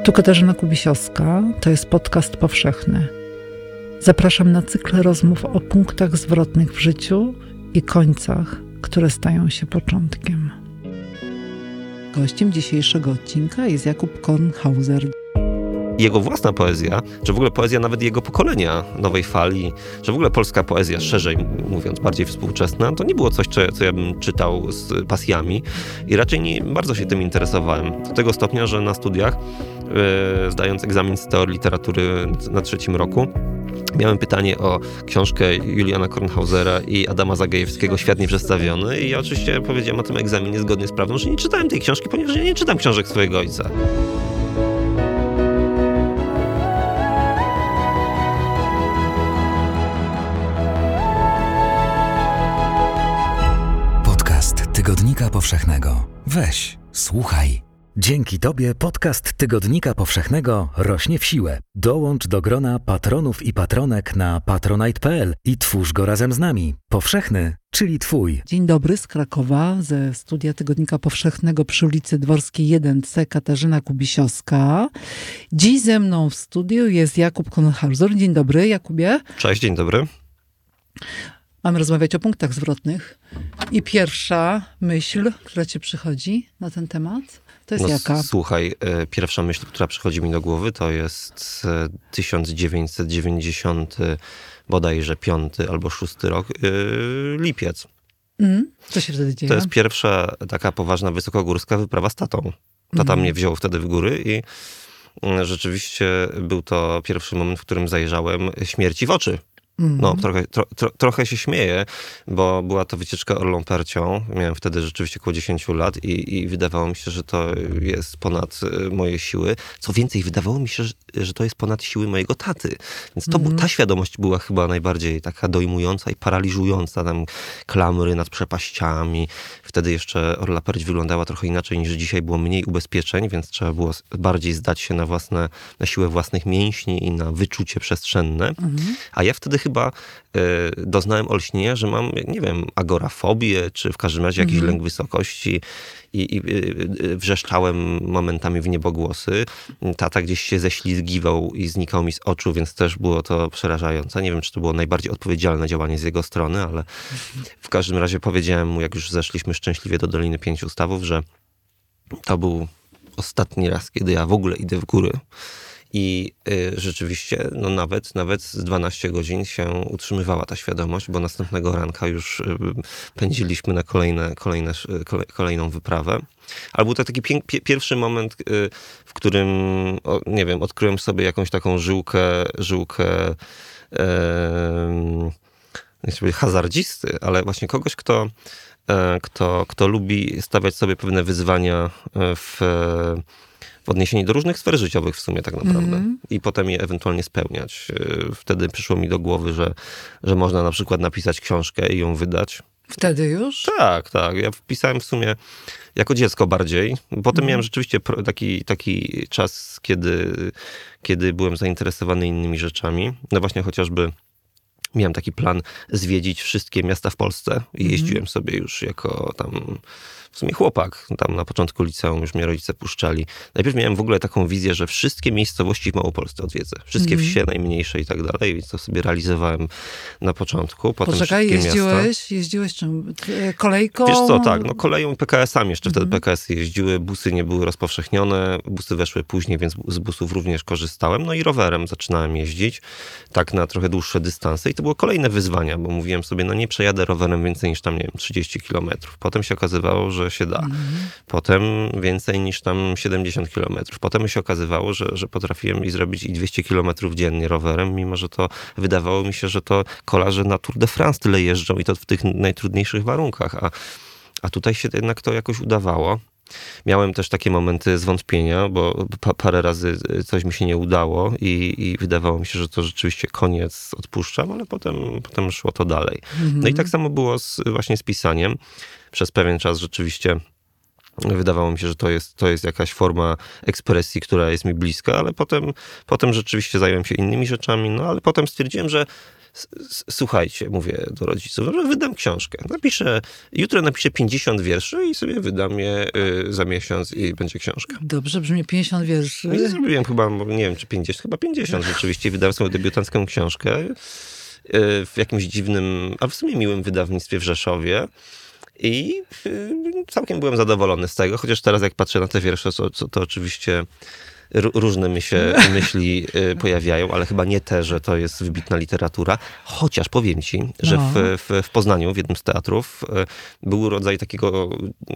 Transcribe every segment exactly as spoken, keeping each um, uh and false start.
Tu Katarzyna Kubisiowska, to jest podcast powszechny. Zapraszam na cykl rozmów o punktach zwrotnych w życiu i końcach, które stają się początkiem. Gościem dzisiejszego odcinka jest Jakub Kornhauser. Jego własna poezja, że w ogóle poezja nawet jego pokolenia, nowej fali, że w ogóle polska poezja, szerzej mówiąc, bardziej współczesna, to nie było coś, co, co ja bym czytał z pasjami i raczej nie bardzo się tym interesowałem. Do tego stopnia, że na studiach, yy, zdając egzamin z teorii literatury na trzecim roku, miałem pytanie o książkę Juliana Kornhausera i Adama Zagajewskiego „Świat nieprzedstawiony” i ja oczywiście powiedziałem na tym egzaminie zgodnie z prawdą, że nie czytałem tej książki, ponieważ ja nie czytam książek swojego ojca. Tygodnika Powszechnego. Weź, słuchaj. Dzięki Tobie podcast Tygodnika Powszechnego rośnie w siłę. Dołącz do grona patronów i patronek na patronite kropka p l i twórz go razem z nami. Powszechny, czyli Twój. Dzień dobry z Krakowa, ze studia Tygodnika Powszechnego przy ulicy Dworskiej jeden C, Katarzyna Kubisiowska. Dziś ze mną w studiu jest Jakub Kornhauser. Dzień dobry, Jakubie. Cześć, dzień dobry. Mamy rozmawiać o punktach zwrotnych. I pierwsza myśl, która ci przychodzi na ten temat, to jest no, jaka? Słuchaj, e, pierwsza myśl, która przychodzi mi do głowy, to jest e, tysiąc dziewięćset dziewięćdziesiąty bodajże piąty albo szósty rok, e, lipiec. Mm, co się wtedy dzieje? To jest pierwsza taka poważna wysokogórska wyprawa z tatą. Tata Mm. mnie wziął wtedy w góry i e, rzeczywiście był to pierwszy moment, w którym zajrzałem śmierci w oczy. No, trochę, tro, tro, trochę się śmieję, bo była to wycieczka Orlą Percią. Miałem wtedy rzeczywiście około dziesięć lat i, i wydawało mi się, że to jest ponad moje siły. Co więcej, wydawało mi się, że, że to jest ponad siły mojego taty. Więc to, mm. ta świadomość była chyba najbardziej taka dojmująca i paraliżująca. Tam klamry nad przepaściami. Wtedy jeszcze Orla Perć wyglądała trochę inaczej niż dzisiaj. Było mniej ubezpieczeń, więc trzeba było bardziej zdać się na własne, na siłę własnych mięśni i na wyczucie przestrzenne. Mm. A ja wtedy chyba y, doznałem olśnienia, że mam, nie wiem, agorafobię, czy w każdym razie jakiś mm. lęk wysokości i, i y, wrzeszczałem momentami w niebogłosy. Tata gdzieś się ześlizgiwał i znikał mi z oczu, więc też było to przerażające. Nie wiem, czy to było najbardziej odpowiedzialne działanie z jego strony, ale w każdym razie powiedziałem mu, jak już zeszliśmy szczęśliwie do Doliny Pięciu Stawów, że to był ostatni raz, kiedy ja w ogóle idę w góry. I y, rzeczywiście, no nawet, nawet z dwanaście godzin się utrzymywała ta świadomość, bo następnego ranka już y, pędziliśmy na kolejne, kolejne, kole, kolejną wyprawę. Ale był to taki pięk, pie, pierwszy moment, y, w którym, o, nie wiem, odkryłem sobie jakąś taką żyłkę, żyłkę y, nie chcę powiedzieć hazardzisty, ale właśnie kogoś, kto, y, kto, kto lubi stawiać sobie pewne wyzwania w w odniesieniu do różnych sfer życiowych w sumie tak naprawdę. Mm. I potem je ewentualnie spełniać. Wtedy przyszło mi do głowy, że, że można na przykład napisać książkę i ją wydać. Wtedy już? Tak, tak. Ja wpisałem w sumie jako dziecko bardziej. Potem mm. miałem rzeczywiście taki, taki czas, kiedy, kiedy byłem zainteresowany innymi rzeczami. No właśnie chociażby miałem taki plan zwiedzić wszystkie miasta w Polsce i jeździłem mm. sobie już jako tam w sumie chłopak. Tam na początku liceum już mnie rodzice puszczali. Najpierw miałem w ogóle taką wizję, że wszystkie miejscowości w Małopolsce odwiedzę. Wszystkie mm. wsie najmniejsze i tak dalej. Więc to sobie realizowałem na początku. Potem Poczekaj, jeździłeś? Miasta. Jeździłeś czym? Kolejką? Wiesz co, tak. No koleją i P K S-ami. Jeszcze mm. wtedy P K S-y jeździły. Busy nie były rozpowszechnione. Busy weszły później, więc z busów również korzystałem. No i rowerem zaczynałem jeździć. Tak na trochę dłuższe dystanse. I to było kolejne wyzwania, bo mówiłem sobie, no nie przejadę rowerem więcej niż tam, nie wiem, trzydzieści kilometrów. Potem się okazywało, że się da. Mm. Potem więcej niż tam siedemdziesiąt kilometrów. Potem się okazywało, że, że potrafiłem i zrobić i dwieście kilometrów dziennie rowerem, mimo że to wydawało mi się, że to kolarze na Tour de France tyle jeżdżą i to w tych najtrudniejszych warunkach. A, a tutaj się jednak to jakoś udawało. Miałem też takie momenty zwątpienia, bo pa, parę razy coś mi się nie udało i, i wydawało mi się, że to rzeczywiście koniec, odpuszczam, ale potem, potem szło to dalej. Mm-hmm. No i tak samo było z, właśnie z pisaniem. Przez pewien czas rzeczywiście wydawało mi się, że to jest, to jest jakaś forma ekspresji, która jest mi bliska, ale potem, potem rzeczywiście zająłem się innymi rzeczami, no ale potem stwierdziłem, że słuchajcie, mówię do rodziców, że wydam książkę. Napiszę, jutro napiszę pięćdziesiąt wierszy i sobie wydam je y, za miesiąc i będzie książka. Dobrze, brzmi pięćdziesiąt wierszy. I zrobiłem chyba, nie wiem, czy pięćdziesiąt, chyba pięćdziesiąt rzeczywiście. Wydałem swoją debiutancką książkę y, w jakimś dziwnym, a w sumie miłym wydawnictwie w Rzeszowie. I y, całkiem byłem zadowolony z tego, chociaż teraz jak patrzę na te wiersze, to, to, to oczywiście różne mi się myśli y, pojawiają, ale chyba nie te, że to jest wybitna literatura. Chociaż powiem ci, że no. w, w, w Poznaniu, w jednym z teatrów, y, był rodzaj takiego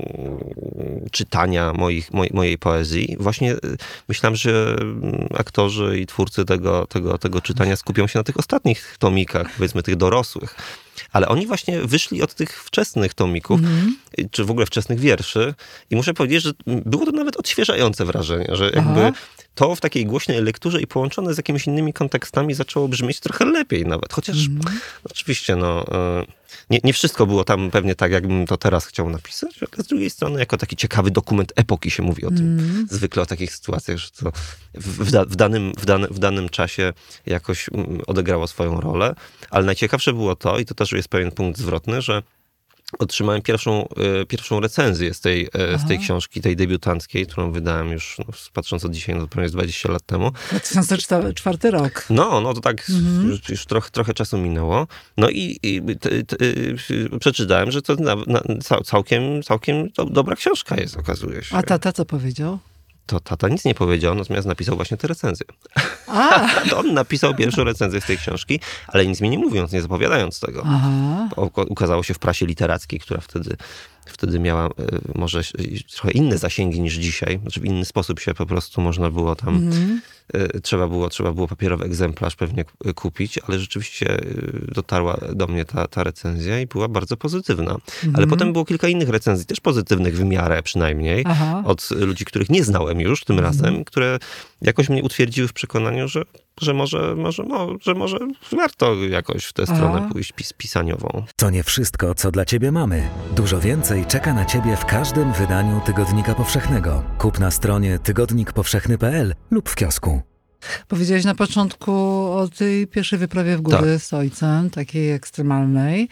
y, czytania moich, moj, mojej poezji. Właśnie y, myślałem, że aktorzy i twórcy tego, tego, tego czytania skupią się na tych ostatnich tomikach, powiedzmy tych dorosłych. Ale oni właśnie wyszli od tych wczesnych tomików, mm-hmm. czy w ogóle wczesnych wierszy i muszę powiedzieć, że było to nawet odświeżające wrażenie, że jakby Aha. to w takiej głośnej lekturze i połączone z jakimiś innymi kontekstami zaczęło brzmieć trochę lepiej nawet. Chociaż mm-hmm. oczywiście no, nie, nie wszystko było tam pewnie tak, jakbym to teraz chciał napisać, ale z drugiej strony jako taki ciekawy dokument epoki się mówi o tym. Mm-hmm. Zwykle o takich sytuacjach, że to w, w, w, danym, w, dany, w danym czasie jakoś odegrało swoją rolę. Ale najciekawsze było to, i to też jest pewien punkt zwrotny, że otrzymałem pierwszą, y, pierwszą recenzję z tej, y, z tej książki, tej debiutanckiej, którą wydałem już, no, patrząc od dzisiaj, no to prawie dwadzieścia lat temu. dwa tysiące czwarty rok. No, no to tak Mhm. już, już trochę, trochę czasu minęło. No i, i t, t, y, przeczytałem, że to na, na, całkiem, całkiem do, dobra książka jest, okazuje się. A tata co powiedział? To tata nic nie powiedział, natomiast napisał właśnie tę recenzję. A. To on napisał pierwszą recenzję z tej książki, ale nic mi nie mówiąc, nie zapowiadając tego. Aha. Ukazało się w prasie literackiej, która wtedy, wtedy miała y, może trochę inne zasięgi niż dzisiaj. Znaczy w inny sposób się po prostu można było tam... Mm. Y, trzeba, było, trzeba było papierowy egzemplarz pewnie kupić, ale rzeczywiście y, dotarła do mnie ta, ta recenzja i była bardzo pozytywna. Mm. Ale potem było kilka innych recenzji, też pozytywnych w miarę przynajmniej, Aha. od ludzi, których nie znałem już tym mm. razem, które jakoś mnie utwierdziły w przekonaniu, że że może, może, że może warto jakoś w tę stronę A. pójść pis- pisaniową. To nie wszystko, co dla ciebie mamy. Dużo więcej czeka na ciebie w każdym wydaniu Tygodnika Powszechnego. Kup na stronie tygodnik powszechny kropka p l lub w kiosku. Powiedziałeś na początku o tej pierwszej wyprawie w góry tak. z ojcem, takiej ekstremalnej.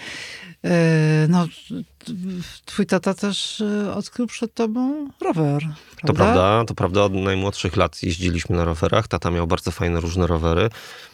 No, twój tata też odkrył przed tobą rower, prawda? To prawda, to prawda. Od najmłodszych lat jeździliśmy na rowerach. Tata miał bardzo fajne, różne rowery.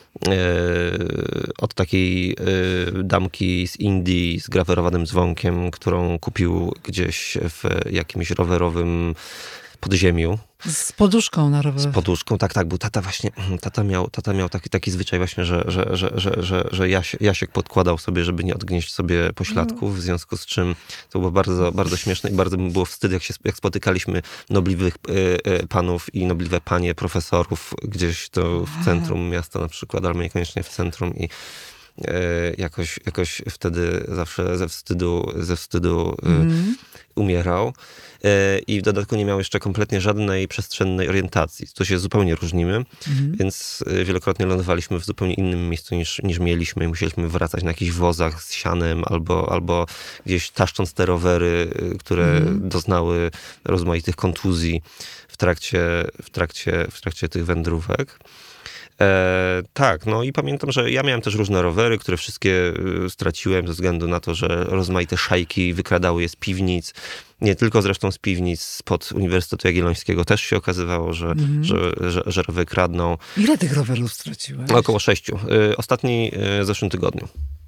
Od takiej damki z Indii z grawerowanym dzwonkiem, którą kupił gdzieś w jakimś rowerowym podziemiu. Z poduszką na rowerze. Z poduszką, tak, tak, bo tata właśnie, tata miał, tata miał taki, taki zwyczaj właśnie, że, że, że, że, że, że Jaś, Jasiek podkładał sobie, żeby nie odgnieść sobie pośladków, w związku z czym to było bardzo, bardzo śmieszne i bardzo mi było wstyd, jak, się, jak spotykaliśmy nobliwych y, y, panów i nobliwe panie profesorów gdzieś to w centrum miasta na przykład, albo niekoniecznie w centrum i y, jakoś, jakoś wtedy zawsze ze wstydu, ze wstydu y, mm. umierał. I w dodatku nie miał jeszcze kompletnie żadnej przestrzennej orientacji. To się zupełnie różnimy, mhm. więc wielokrotnie lądowaliśmy w zupełnie innym miejscu niż, niż mieliśmy i musieliśmy wracać na jakichś wozach z sianem albo, albo gdzieś taszcząc te rowery, które mhm. doznały rozmaitych kontuzji w trakcie, w trakcie, w trakcie tych wędrówek. E, tak, no i pamiętam, że ja miałem też różne rowery, które wszystkie straciłem ze względu na to, że rozmaite szajki wykradały je z piwnic. Nie tylko zresztą z piwnic spod Uniwersytetu Jagiellońskiego też się okazywało, że, mm. że, że, że wykradną. Ile tych rowerów straciłeś? Około sześciu. Ostatni w zeszłym tygodniu.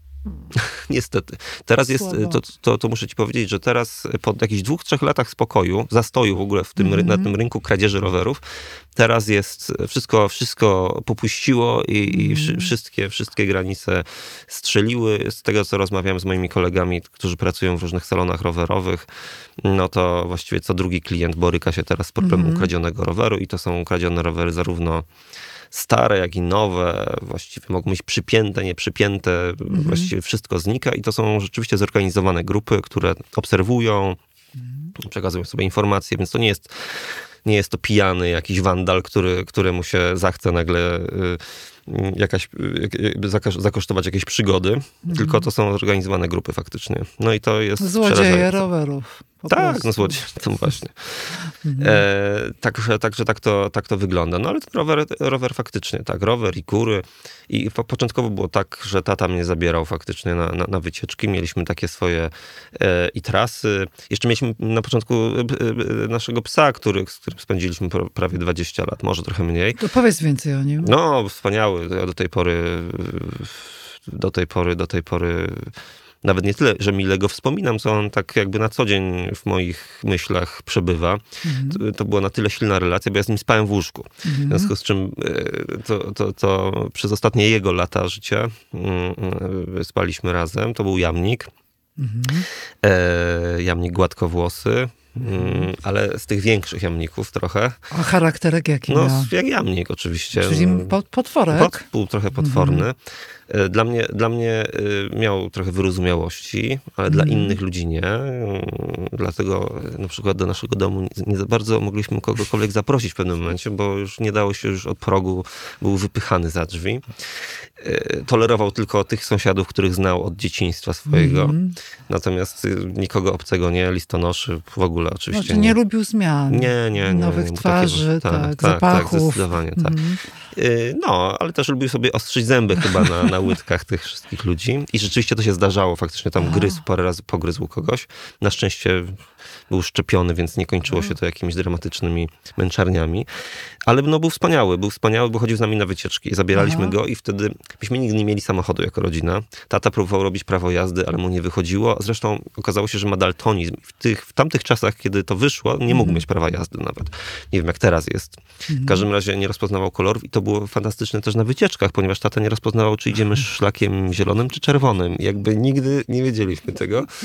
Niestety. Teraz jest, to, to, to muszę ci powiedzieć, że teraz po jakichś dwóch, trzech latach spokoju, zastoju w ogóle w tym, mm-hmm. na tym rynku kradzieży rowerów, teraz jest wszystko, wszystko popuściło i, mm-hmm. i wszystkie, wszystkie granice strzeliły. Z tego, co rozmawiałem z moimi kolegami, którzy pracują w różnych salonach rowerowych, no to właściwie co drugi klient boryka się teraz z problemem mm-hmm. kradzionego roweru i to są kradzione rowery zarówno stare, jak i nowe, właściwie mogą być przypięte, nieprzypięte, mhm. właściwie wszystko znika i to są rzeczywiście zorganizowane grupy, które obserwują, mhm. przekazują sobie informacje, więc to nie jest, nie jest to pijany jakiś wandal, który, któremu się zachce nagle y, jakaś, y, zakosztować jakieś przygody, mhm. tylko to są zorganizowane grupy faktycznie. No i to jest złodzieje rowerów. Po tak, prostu. no złodziej, to właśnie. Mhm. E, także także tak, to, tak to wygląda. No ale ten rower, rower faktycznie, tak, rower i góry. I po, początkowo było tak, że tata mnie zabierał faktycznie na, na, na wycieczki. Mieliśmy takie swoje e, i trasy. Jeszcze mieliśmy na początku e, e, naszego psa, który, z którym spędziliśmy prawie dwadzieścia lat, może trochę mniej. To powiedz więcej o nim. No, wspaniały. Ja do tej pory, do tej pory, do tej pory, nawet nie tyle, że mile go wspominam, co on tak jakby na co dzień w moich myślach przebywa. Mhm. To, to była na tyle silna relacja, bo ja z nim spałem w łóżku. Mhm. W związku z czym to, to, to przez ostatnie jego lata życia spaliśmy razem. To był jamnik. Mhm. E, jamnik gładkowłosy. Mm, ale z tych większych jamników trochę. A charakterek jaki No, miał? jak jamnik oczywiście. Czyli pot, potworek? Pot, był trochę potworny. Mm-hmm. Dla mnie, dla mnie miał trochę wyrozumiałości, ale mm-hmm. dla innych ludzi nie. Dlatego na przykład do naszego domu nie, nie za bardzo mogliśmy kogokolwiek zaprosić w pewnym momencie, bo już nie dało się, już od progu był wypychany za drzwi. Tolerował tylko tych sąsiadów, których znał od dzieciństwa swojego. Mm-hmm. Natomiast nikogo obcego nie, listonoszy w ogóle oczywiście znaczy, nie. nie lubił zmian. Nie, nie, nie. Nowych nie, twarzy, takiego, tak, tak, zapachów. Tak, zdecydowanie, tak. Mm-hmm. No, ale też lubił sobie ostrzyć zęby chyba na, na łydkach tych wszystkich ludzi. I rzeczywiście to się zdarzało. Faktycznie tam Aha. gryzł, parę razy pogryzł kogoś. Na szczęście był szczepiony, więc nie kończyło się to jakimiś dramatycznymi męczarniami. Ale no, był wspaniały. Był wspaniały, bo chodził z nami na wycieczki. Zabieraliśmy Aha. go i wtedy myśmy nigdy nie mieli samochodu jako rodzina. Tata próbował robić prawo jazdy, ale mu nie wychodziło. Zresztą okazało się, że ma daltonizm. W, tych, w tamtych czasach, kiedy to wyszło, nie mógł mm. mieć prawa jazdy nawet. Nie wiem, jak teraz jest. Mm. W każdym razie nie rozpoznawał kolorów i to było fantastyczne też na wycieczkach, ponieważ tata nie rozpoznawał, czy idziemy szlakiem zielonym, czy czerwonym. Jakby nigdy nie wiedzieliśmy tego. Um,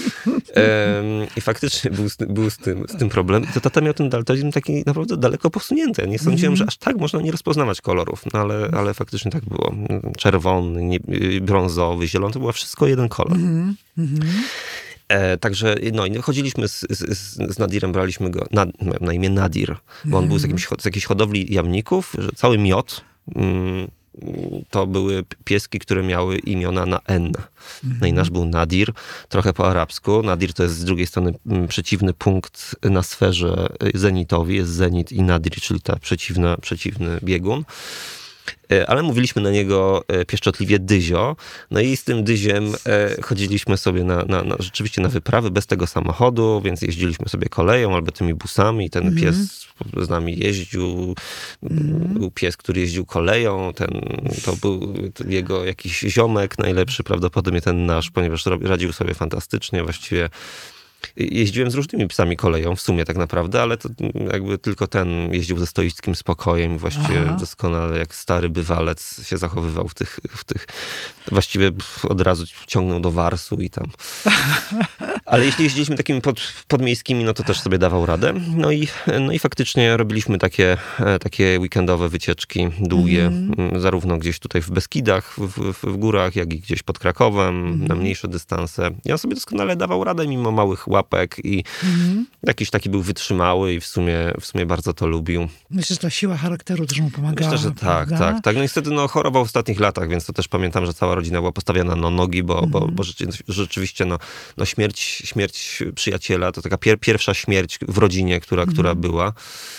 I faktycznie był, z, był z, tym, z tym problem. I to tata miał ten daltonizm taki naprawdę daleko posunięty. Nie sądziłem, mm. że aż tak można nie rozpoznawać kolorów. No ale, ale faktycznie tak było. Czerwony, nie, brązowy, zielony, to było wszystko jeden kolor. Mm. Mm. E, także no, chodziliśmy z, z, z Nadirem, braliśmy go na, na imię Nadir, bo on mm. był z, jakimś, z jakiejś hodowli jamników, że cały miot mm, to były pieski, które miały imiona na N. Mm. No i nasz był Nadir, trochę po arabsku. Nadir to jest z drugiej strony m, przeciwny punkt na sferze zenitowi, jest zenit i Nadir, czyli ta przeciwna, przeciwny biegun. Ale mówiliśmy na niego pieszczotliwie Dyzio. No i z tym Dyziem chodziliśmy sobie na, na, na, rzeczywiście na wyprawy bez tego samochodu, więc jeździliśmy sobie koleją albo tymi busami. Ten mm-hmm. pies z nami jeździł. Mm-hmm. Był pies, który jeździł koleją. Ten, to był jego jakiś ziomek najlepszy, prawdopodobnie ten nasz, ponieważ radził sobie fantastycznie. Właściwie jeździłem z różnymi psami koleją, w sumie tak naprawdę, ale to jakby tylko ten jeździł ze stoickim spokojem, właściwie Aha. doskonale jak stary bywalec się zachowywał w tych, w tych, właściwie od razu ciągnął do Warsu i tam. Ale jeśli jeździliśmy takimi pod, podmiejskimi, no to też sobie dawał radę. No i, no i faktycznie robiliśmy takie, takie weekendowe wycieczki długie, mm. zarówno gdzieś tutaj w Beskidach, w, w, w górach, jak i gdzieś pod Krakowem, mm. na mniejsze dystanse. I on sobie doskonale dawał radę mimo małych łapek i mm. jakiś taki był wytrzymały i w sumie, w sumie bardzo to lubił. Myślę, że ta siła charakteru też mu pomagała. Myślę, że tak, prawda? tak, tak. No niestety no, chorował w ostatnich latach, więc to też pamiętam, że cała rodzina była postawiona na nogi, bo, mm. bo, bo rzeczywiście no, no śmierć, śmierć przyjaciela to taka pier, pierwsza śmierć w rodzinie, która, mm. która była.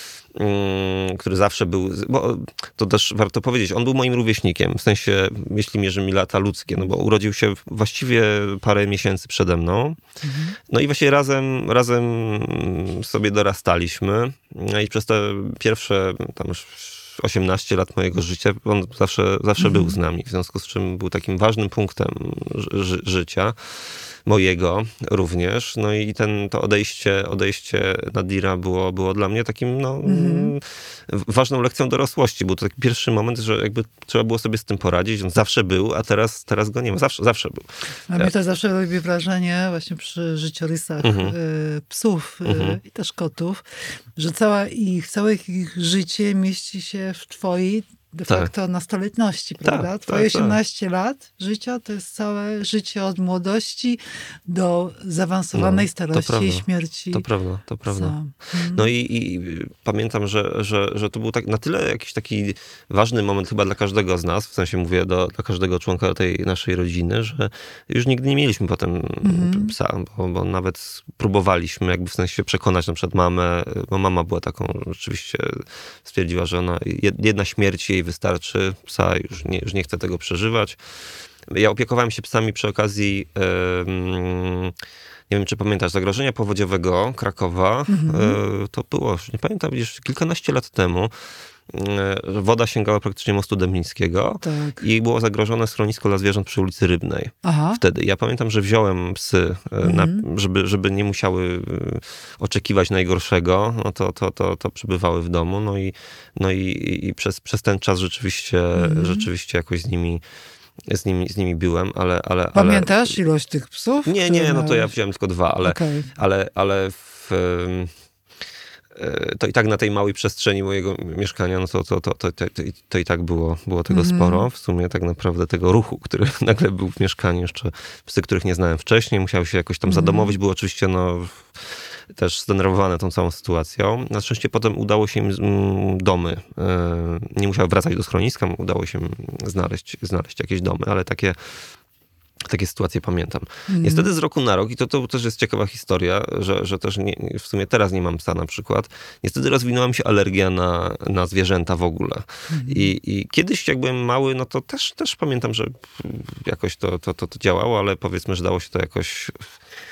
Um, który zawsze był, bo to też warto powiedzieć, on był moim rówieśnikiem, w sensie, jeśli mierzy mi lata ludzkie, no bo urodził się właściwie parę miesięcy przede mną. Mhm. No i właśnie razem, razem sobie dorastaliśmy. No i przez te pierwsze tam już osiemnaście lat mojego życia on zawsze, zawsze mhm. był z nami, w związku z czym był takim ważnym punktem ży- życia. Mojego również. No i ten, to odejście, odejście Nadira było, było dla mnie takim no, mm. ważną lekcją dorosłości. Był to taki pierwszy moment, że jakby trzeba było sobie z tym poradzić. On zawsze był, a teraz, teraz go nie ma. Zawsze, zawsze był. A mnie to zawsze robi wrażenie właśnie przy życiorysach mm-hmm. y, psów y, mm-hmm. i też kotów, że cała ich, całe ich życie mieści się w twojej de Tak. facto nastoletności, prawda? Tak, Twoje tak, tak. osiemnaście lat życia to jest całe życie od młodości do zaawansowanej No, to starości prawda. i śmierci. To prawda, to prawda. Sam. Mhm. No i, i pamiętam, że, że, że to był tak, na tyle jakiś taki ważny moment chyba dla każdego z nas, w sensie mówię do, dla każdego członka tej naszej rodziny, że już nigdy nie mieliśmy potem Mhm. psa, bo, bo nawet próbowaliśmy jakby w sensie przekonać na przykład mamę, bo mama była taką, rzeczywiście stwierdziła, że ona, jedna śmierć jej wystarczy, psa już nie, już nie chce tego przeżywać. Ja opiekowałem się psami przy okazji ym, nie wiem, czy pamiętasz, zagrożenia powodziowego Krakowa. Mhm. Y, to było, już nie pamiętam, już kilkanaście lat temu. Y, woda sięgała praktycznie mostu Dęblińskiego Tak. i było zagrożone schronisko dla zwierząt przy ulicy Rybnej. Aha. Wtedy. Ja pamiętam, że wziąłem psy, y, na, Mhm. żeby, żeby nie musiały y, oczekiwać najgorszego, no to, to, to, to przybywały w domu. No i, no i, i przez, przez ten czas rzeczywiście, Mhm. rzeczywiście jakoś z nimi z nimi, z nimi byłem, ale... ale, ale... Pamiętasz ilość tych psów? Nie, które nie, no to ja miałeś? wziąłem tylko dwa, ale, Okej. ale, ale w, ym, y, to i tak na tej małej przestrzeni mojego mieszkania, no to, to, to, to, to, to, to i tak było, było tego Mhm. sporo. W sumie tak naprawdę tego ruchu, który nagle był w mieszkaniu, jeszcze psy, których nie znałem wcześniej, musiały się jakoś tam Mhm. zadomowić. Było oczywiście no, też zdenerwowane tą całą sytuacją. Na szczęście potem udało się im mm, domy. y, Nie musiały wracać do schroniska, udało się im znaleźć, znaleźć jakieś domy, ale takie Takie sytuacje pamiętam. Mhm. Niestety z roku na rok, i to, to też jest ciekawa historia, że, że też nie, w sumie teraz nie mam psa na przykład, niestety rozwinęła mi się alergia na, na zwierzęta w ogóle. Mhm. I, I kiedyś jak byłem mały, no to też, też pamiętam, że jakoś to, to, to, to działało, ale powiedzmy, że dało się to jakoś e,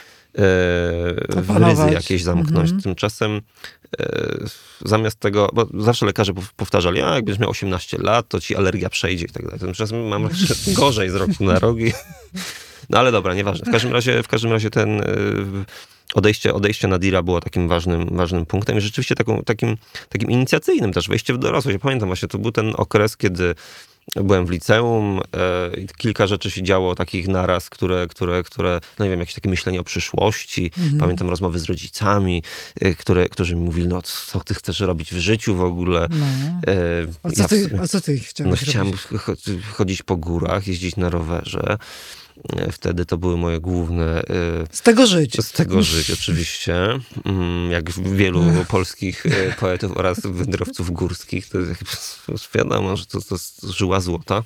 w Opanować. ryzy jakieś zamknąć. Mhm. Tymczasem e, zamiast tego, bo zawsze lekarze pow- powtarzali, a jak będziesz miał osiemnaście lat, to ci alergia przejdzie i tak dalej. Tymczasem mam jeszcze gorzej z roku na rok. I, no ale dobra, nieważne. W każdym razie, w każdym razie ten y, odejście, odejście na Dira było takim ważnym, ważnym punktem i rzeczywiście taką, takim, takim inicjacyjnym też, wejście w dorosłość. Ja pamiętam właśnie, to był ten okres, kiedy byłem w liceum y, i kilka rzeczy się działo takich naraz, które, które, które no nie wiem, jakieś takie myślenie o przyszłości. Mhm. Pamiętam rozmowy z rodzicami, y, które, którzy mi mówili, no co ty chcesz robić w życiu w ogóle. No. Y, A co ja w ty, sumie- a co ty chciałeś no chciałem robić? cho- chodzić po górach, jeździć na rowerze. Wtedy to były moje główne... Z tego żyć. y, Z tego żyć oczywiście. Mm, Jak wielu polskich y, poetów oraz wędrowców górskich. To jest jakby, wiadomo, że to, to jest żyła złota.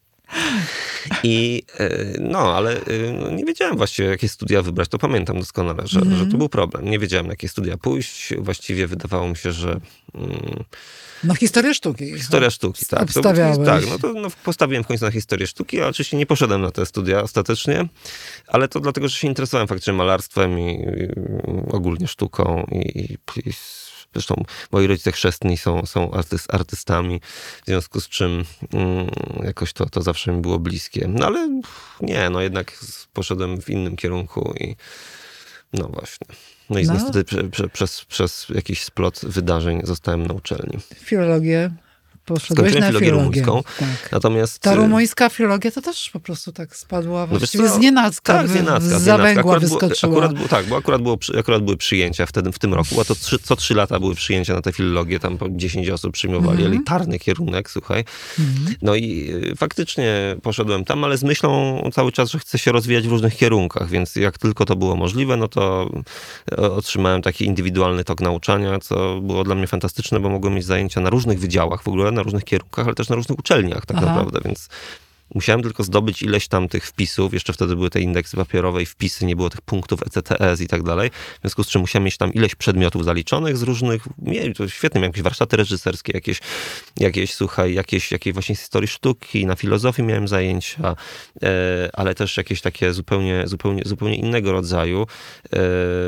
I y, no, ale y, no, nie wiedziałem właściwie, jakie studia wybrać. To pamiętam doskonale, że, Mhm. że to był problem. Nie wiedziałem, na jakie studia pójść. Właściwie wydawało mi się, że... mm, No historię sztuki. Historia sztuki, tak. To- Obstawiałeś. tak, no to no, postawiłem w końcu na historię sztuki, ale oczywiście nie poszedłem na te studia ostatecznie, ale to dlatego, że się interesowałem faktycznie malarstwem i, i ogólnie sztuką i, i, i zresztą moi rodzice chrzestni są, są artys, artystami, w związku z czym mm, jakoś to, to zawsze mi było bliskie. No ale nie, no jednak poszedłem w innym kierunku i no właśnie. No i No. niestety prze, prze, przez, przez jakiś splot wydarzeń zostałem na uczelni. Filologię. Poszedłeś Skończyłem na filologię filologię. rumuńską. Tak. Natomiast... Ta y, rumuńska filologia to też po prostu tak spadła No wiesz właściwie co? z nienacka. Tak, z wy- nienacka. Z z nienacka. zawęgła Akurat było- wyskoczyła. Akurat, było- tak, bo akurat, było, przy- akurat były przyjęcia wtedy, w tym roku. Była to trzy, co trzy lata były przyjęcia na tę filologię. Tam po dziesięć osób przyjmowali. Mhm. Elitarny kierunek, słuchaj. Mhm. No i y, faktycznie poszedłem tam, ale z myślą cały czas, że chcę się rozwijać w różnych kierunkach, więc jak tylko to było możliwe, no to y, otrzymałem taki indywidualny tok nauczania, co było dla mnie fantastyczne, bo mogłem mieć zajęcia na różnych wydziałach w ogóle, na różnych kierunkach, ale też na różnych uczelniach tak Aha. naprawdę, więc musiałem tylko zdobyć ileś tam tych wpisów, jeszcze wtedy były te indeksy papierowe i wpisy, nie było tych punktów E C T S i tak dalej, w związku z czym musiałem mieć tam ileś przedmiotów zaliczonych z różnych, nie, to świetnie, miałem jakieś warsztaty reżyserskie, jakieś, jakieś słuchaj, jakieś, jakieś właśnie z historii sztuki, na filozofii miałem zajęcia, e, ale też jakieś takie zupełnie, zupełnie, zupełnie innego rodzaju, e,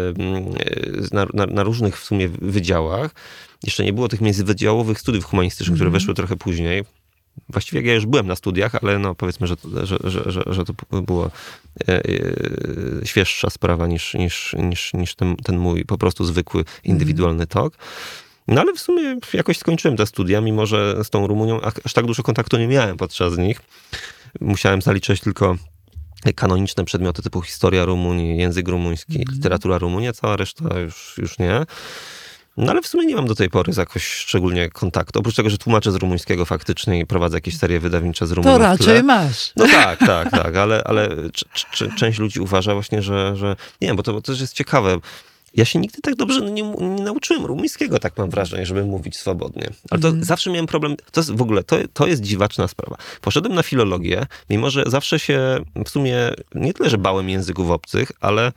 na, na, na różnych w sumie wydziałach. Jeszcze nie było tych międzywydziałowych studiów humanistycznych, które Mhm. weszły trochę później. Właściwie ja już byłem na studiach, ale no powiedzmy, że, że, że, że, że to była e, e, świeższa sprawa niż, niż, niż, niż ten, ten mój po prostu zwykły, indywidualny tok. No ale w sumie jakoś skończyłem te studia, mimo że z tą Rumunią aż tak dużo kontaktu nie miałem podczas nich. Musiałem zaliczyć tylko kanoniczne przedmioty typu historia Rumunii, język rumuński, Mhm. literatura Rumunia, cała reszta już, już nie. No ale w sumie nie mam do tej pory jakoś szczególnie kontaktu. Oprócz tego, że tłumaczę z rumuńskiego faktycznie i prowadzę jakieś serie wydawnicze z Rumunią. To raczej masz. No tak, tak, tak, ale, ale c- c- część ludzi uważa właśnie, że, że nie wiem, bo to, bo to też jest ciekawe. Ja się nigdy tak dobrze nie, nie nauczyłem rumuńskiego, tak mam wrażenie, żeby mówić swobodnie. Ale to mm. zawsze miałem problem, to jest w ogóle, to, to jest dziwaczna sprawa. Poszedłem na filologię, mimo że zawsze się w sumie, nie tyle, że bałem języków obcych, ale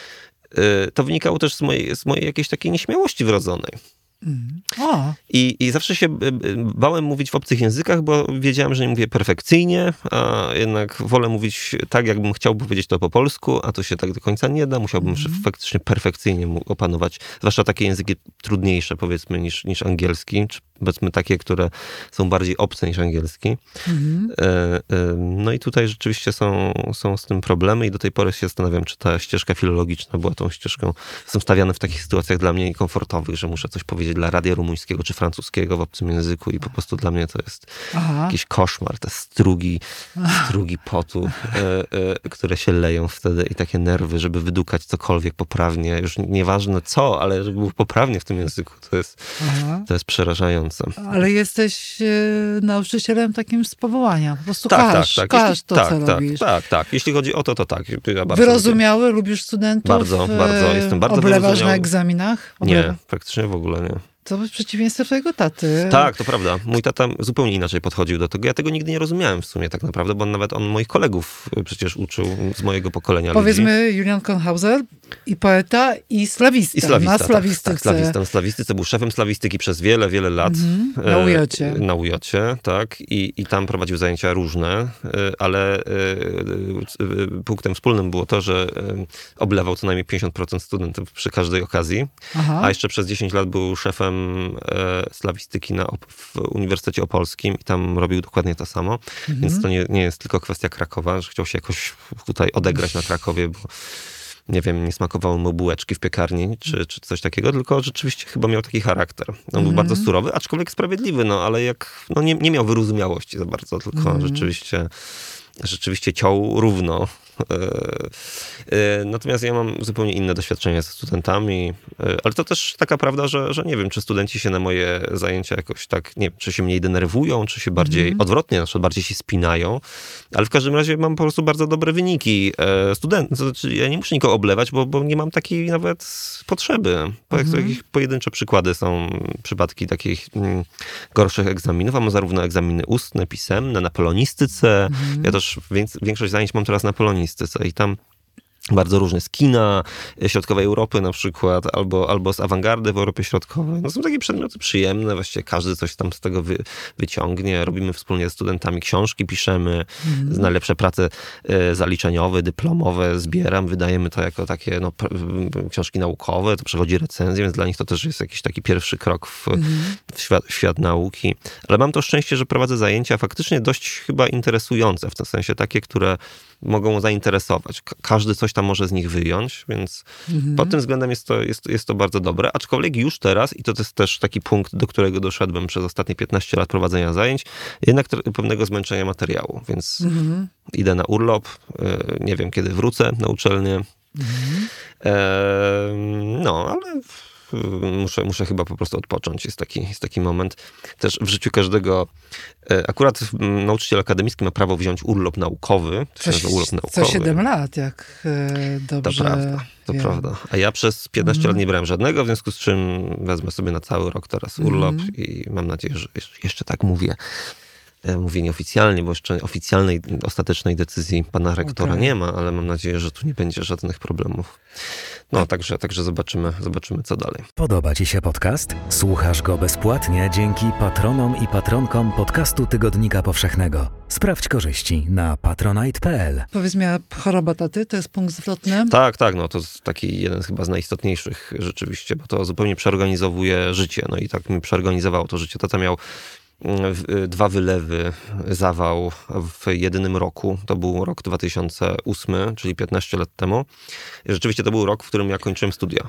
y, to wynikało też z mojej, z mojej jakiejś takiej nieśmiałości wrodzonej. Mm. O. I, I zawsze się bałem mówić w obcych językach, bo wiedziałem, że nie mówię perfekcyjnie, a jednak wolę mówić tak, jakbym chciał powiedzieć to po polsku, a to się tak do końca nie da. Musiałbym mm. faktycznie perfekcyjnie opanować, zwłaszcza takie języki trudniejsze, powiedzmy, niż, niż angielski, czy powiedzmy takie, które są bardziej obce niż angielski. Mm. E, e, no i tutaj rzeczywiście są, są z tym problemy i do tej pory się zastanawiam, czy ta ścieżka filologiczna była tą ścieżką. Są stawiane w takich sytuacjach dla mnie niekomfortowych, że muszę coś powiedzieć dla radia rumuńskiego czy francuskiego w obcym języku i po prostu dla mnie to jest Aha. jakiś koszmar, te strugi, strugi potu, e, e, które się leją wtedy i takie nerwy, żeby wydukać cokolwiek poprawnie, już nieważne co, ale żeby było poprawnie w tym języku, to jest, to jest przerażające. Ale jesteś e, nauczycielem takim z powołania, po prostu tak, każ, tak, tak. każ Jeśli, to, tak, co tak, robisz. Tak, tak, jeśli chodzi o to, to tak. Ja Wyrozumiały, lubię. Lubisz studentów? Bardzo, bardzo, jestem bardzo Oblewasz wyrozumiały. na egzaminach? Oblewa... Nie, praktycznie w ogóle nie. To jest przeciwieństwo twojego taty. Tak, to prawda. Mój tata zupełnie inaczej podchodził do tego. Ja tego nigdy nie rozumiałem w sumie tak naprawdę, bo nawet on moich kolegów przecież uczył z mojego pokolenia. Powiedzmy ludzi. Julian Kornhauser i poeta i slawista. I slawista, na tak, slawistyce. Tak, slawista, na slawistyce był szefem slawistyki przez wiele, wiele lat. Mm-hmm. Na ujocie. E, na ujocie, tak. I, I tam prowadził zajęcia różne, e, ale e, e, punktem wspólnym było to, że e, oblewał co najmniej pięćdziesiąt procent studentów przy każdej okazji. Aha. A jeszcze przez dziesięć lat był szefem e, slawistyki na, w Uniwersytecie Opolskim i tam robił dokładnie to samo. Mm-hmm. Więc to nie, nie jest tylko kwestia Krakowa, że chciał się jakoś tutaj odegrać na Krakowie, bo nie wiem, nie smakowało mu bułeczki w piekarni, czy, czy coś takiego, tylko rzeczywiście chyba miał taki charakter. On mm. był bardzo surowy, aczkolwiek sprawiedliwy, no ale jak, no nie, nie miał wyrozumiałości za bardzo, tylko mm. rzeczywiście, rzeczywiście ciął równo. Natomiast ja mam zupełnie inne doświadczenia ze studentami, ale to też taka prawda, że, że nie wiem, czy studenci się na moje zajęcia jakoś tak, nie wiem, czy się mniej denerwują, czy się bardziej mm. odwrotnie, na przykład bardziej się spinają, ale w każdym razie mam po prostu bardzo dobre wyniki. Student, to znaczy ja nie muszę nikogo oblewać, bo, bo nie mam takiej nawet potrzeby. Po, mm. jakieś pojedyncze przykłady są przypadki takich mm, gorszych egzaminów, a mam zarówno egzaminy ustne, pisemne, na polonistyce. Mm. Ja też większość zajęć mam teraz na polonistyce. I tam bardzo różne z kina środkowej Europy na przykład, albo, albo z awangardy w Europie Środkowej. No są takie przedmioty przyjemne, właściwie każdy coś tam z tego wy, wyciągnie. Robimy wspólnie ze studentami książki, piszemy mm. najlepsze prace e, zaliczeniowe, dyplomowe, zbieram, wydajemy to jako takie no, p- książki naukowe, to przechodzi recenzję, więc dla nich to też jest jakiś taki pierwszy krok w, mm. w, świat, w świat nauki. Ale mam to szczęście, że prowadzę zajęcia faktycznie dość chyba interesujące, w tym sensie takie, które mogą zainteresować. Każdy coś tam może z nich wyjąć, więc mhm. pod tym względem jest to, jest, jest to bardzo dobre. Aczkolwiek już teraz, i to jest też taki punkt, do którego doszedłem przez ostatnie piętnaście lat prowadzenia zajęć, jednak pewnego zmęczenia materiału, więc mhm. idę na urlop, nie wiem kiedy wrócę na uczelnię. Mhm. E, no, ale Muszę, muszę chyba po prostu odpocząć. Jest taki, jest taki moment. Też w życiu każdego, akurat nauczyciel akademicki ma prawo wziąć urlop naukowy. To co, urlop naukowy. Co siedem lat, jak dobrze To prawda, to wiem. prawda. A ja przez piętnaście mm. lat nie brałem żadnego, w związku z czym wezmę sobie na cały rok teraz urlop mm. i mam nadzieję, że jeszcze tak mówię. Mówię nieoficjalnie, bo jeszcze oficjalnej, ostatecznej decyzji pana rektora okay. nie ma, ale mam nadzieję, że tu nie będzie żadnych problemów. No, tak. także, także zobaczymy, zobaczymy, co dalej. Podoba ci się podcast? Słuchasz go bezpłatnie dzięki patronom i patronkom podcastu Tygodnika Powszechnego. Sprawdź korzyści na patronite kropka p l. Powiedz mi, a choroba taty to jest punkt zwrotny? Tak, tak, no to jest taki jeden chyba z najistotniejszych rzeczywiście, bo to zupełnie przeorganizowuje życie. No i tak mi przeorganizowało to życie. Tata miał dwa wylewy, zawał w jedynym roku. To był rok dwa tysiące ósmy, czyli piętnaście lat temu. I rzeczywiście to był rok, w którym ja kończyłem studia.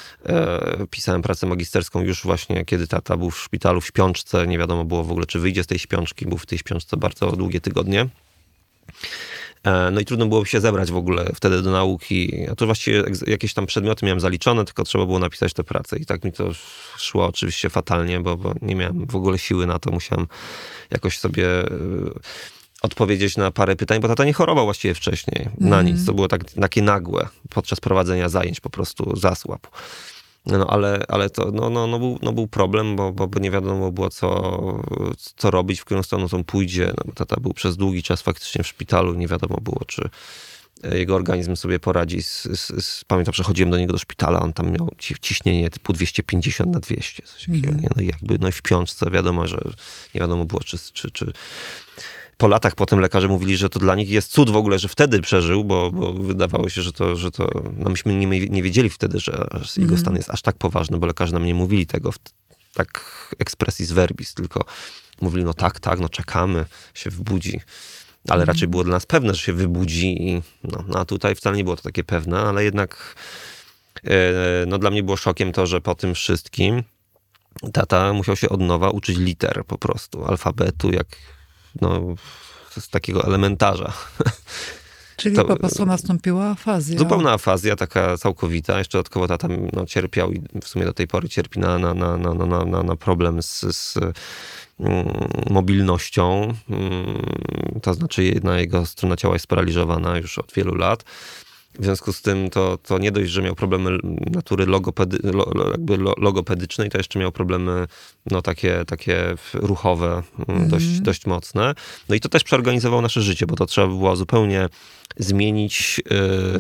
Pisałem pracę magisterską już właśnie, kiedy tata był w szpitalu w śpiączce. Nie wiadomo było w ogóle, czy wyjdzie z tej śpiączki. Był w tej śpiączce bardzo długie tygodnie. No i trudno było się zebrać w ogóle wtedy do nauki. A to właściwie jakieś tam przedmioty miałem zaliczone, tylko trzeba było napisać tę pracę. I tak mi to szło oczywiście fatalnie, bo, bo nie miałem w ogóle siły na to. Musiałem jakoś sobie odpowiedzieć na parę pytań, bo tata nie chorował właściwie wcześniej. Na mm. nic. To było tak, takie nagłe. Podczas prowadzenia zajęć po prostu zasłabł. No ale, ale to no, no, no, był, no był problem, bo, bo, bo nie wiadomo było, co, co robić, w którą stronę on pójdzie. No, bo tata był przez długi czas faktycznie w szpitalu. Nie wiadomo było, czy jego organizm sobie poradzi. Z, z, z, pamiętam, przechodziłem do niego do szpitala, on tam miał ciśnienie typu dwieście pięćdziesiąt na dwieście. Coś takiego, mm. no, i jakby, no i w piątce wiadomo, że nie wiadomo było, czy... czy, czy po latach potem lekarze mówili, że to dla nich jest cud w ogóle, że wtedy przeżył, bo, bo wydawało się, że to, że to no myśmy nie, nie wiedzieli wtedy, że jego mm. stan jest aż tak poważny, bo lekarze nam nie mówili tego w, tak expressis verbis, tylko mówili, no tak, tak, no czekamy, się wybudzi. Ale mm. raczej było dla nas pewne, że się wybudzi i no, no a tutaj wcale nie było to takie pewne, ale jednak e, no dla mnie było szokiem to, że po tym wszystkim tata musiał się od nowa uczyć liter po prostu, alfabetu, jak no, z takiego elementarza. Czyli to, po prostu nastąpiła afazja. Zupełna afazja, taka całkowita. Jeszcze dodatkowo tata no, cierpiał i w sumie do tej pory cierpi na, na, na, na, na, na, na problem z, z mm, mobilnością. Mm, to znaczy jedna jego strona ciała jest sparaliżowana już od wielu lat. W związku z tym to, to nie dość, że miał problemy natury logopedy, lo, jakby logopedycznej, to jeszcze miał problemy no, takie, takie ruchowe, mm. dość, dość mocne. No i to też przeorganizowało nasze życie, bo to trzeba było zupełnie zmienić yy,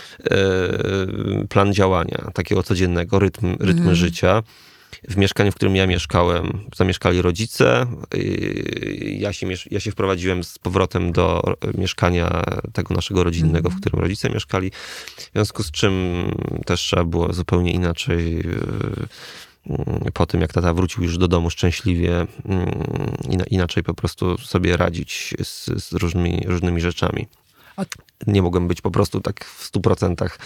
yy, plan działania, takiego codziennego, rytm, rytm mm. życia. W mieszkaniu, w którym ja mieszkałem, zamieszkali rodzice. Ja się, ja się wprowadziłem z powrotem do mieszkania tego naszego rodzinnego, w którym rodzice mieszkali. W związku z czym też trzeba było zupełnie inaczej, po tym jak tata wrócił już do domu szczęśliwie, inaczej po prostu sobie radzić z, z różnymi, różnymi rzeczami. Nie mogłem być po prostu tak w stu procentach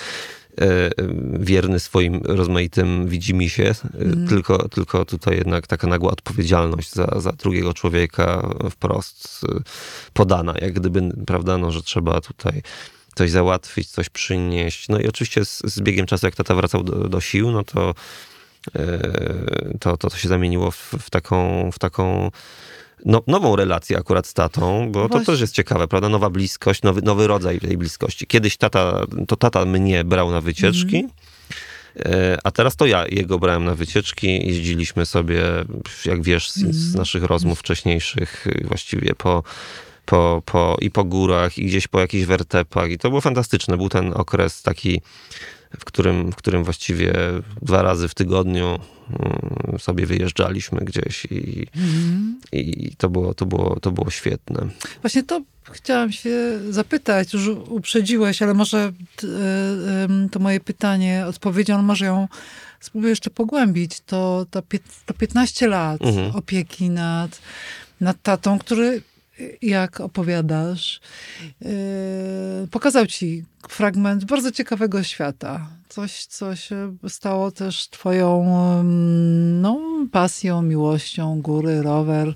wierny swoim rozmaitym widzimisię, mm. tylko, tylko tutaj jednak taka nagła odpowiedzialność za, za drugiego człowieka wprost podana, jak gdyby, prawda, no, że trzeba tutaj coś załatwić, coś przynieść. No i oczywiście z, z biegiem czasu, jak tata wracał do, do sił, no to, to, to, to się zamieniło w, w taką, w taką No, nową relację akurat z tatą, bo Właśnie. To też jest ciekawe, prawda? Nowa bliskość, nowy, nowy rodzaj tej bliskości. Kiedyś tata, to tata mnie brał na wycieczki, mm. a teraz to ja jego brałem na wycieczki. Jeździliśmy sobie, jak wiesz, z, mm. z naszych rozmów wcześniejszych właściwie po, po, po, i po górach, i gdzieś po jakichś wertepach. I to było fantastyczne. Był ten okres taki, w którym, w którym właściwie dwa razy w tygodniu sobie wyjeżdżaliśmy gdzieś i, mm. i to, było, to, było, to było świetne. Właśnie to chciałam się zapytać, już uprzedziłeś, ale może to moje pytanie, odpowiedzią, może ją spróbuję jeszcze pogłębić. To, to, to piętnaście lat mm. opieki nad, nad tatą, który, jak opowiadasz, yy, pokazał ci fragment bardzo ciekawego świata. Coś, co się stało też twoją no, pasją, miłością, góry, rower,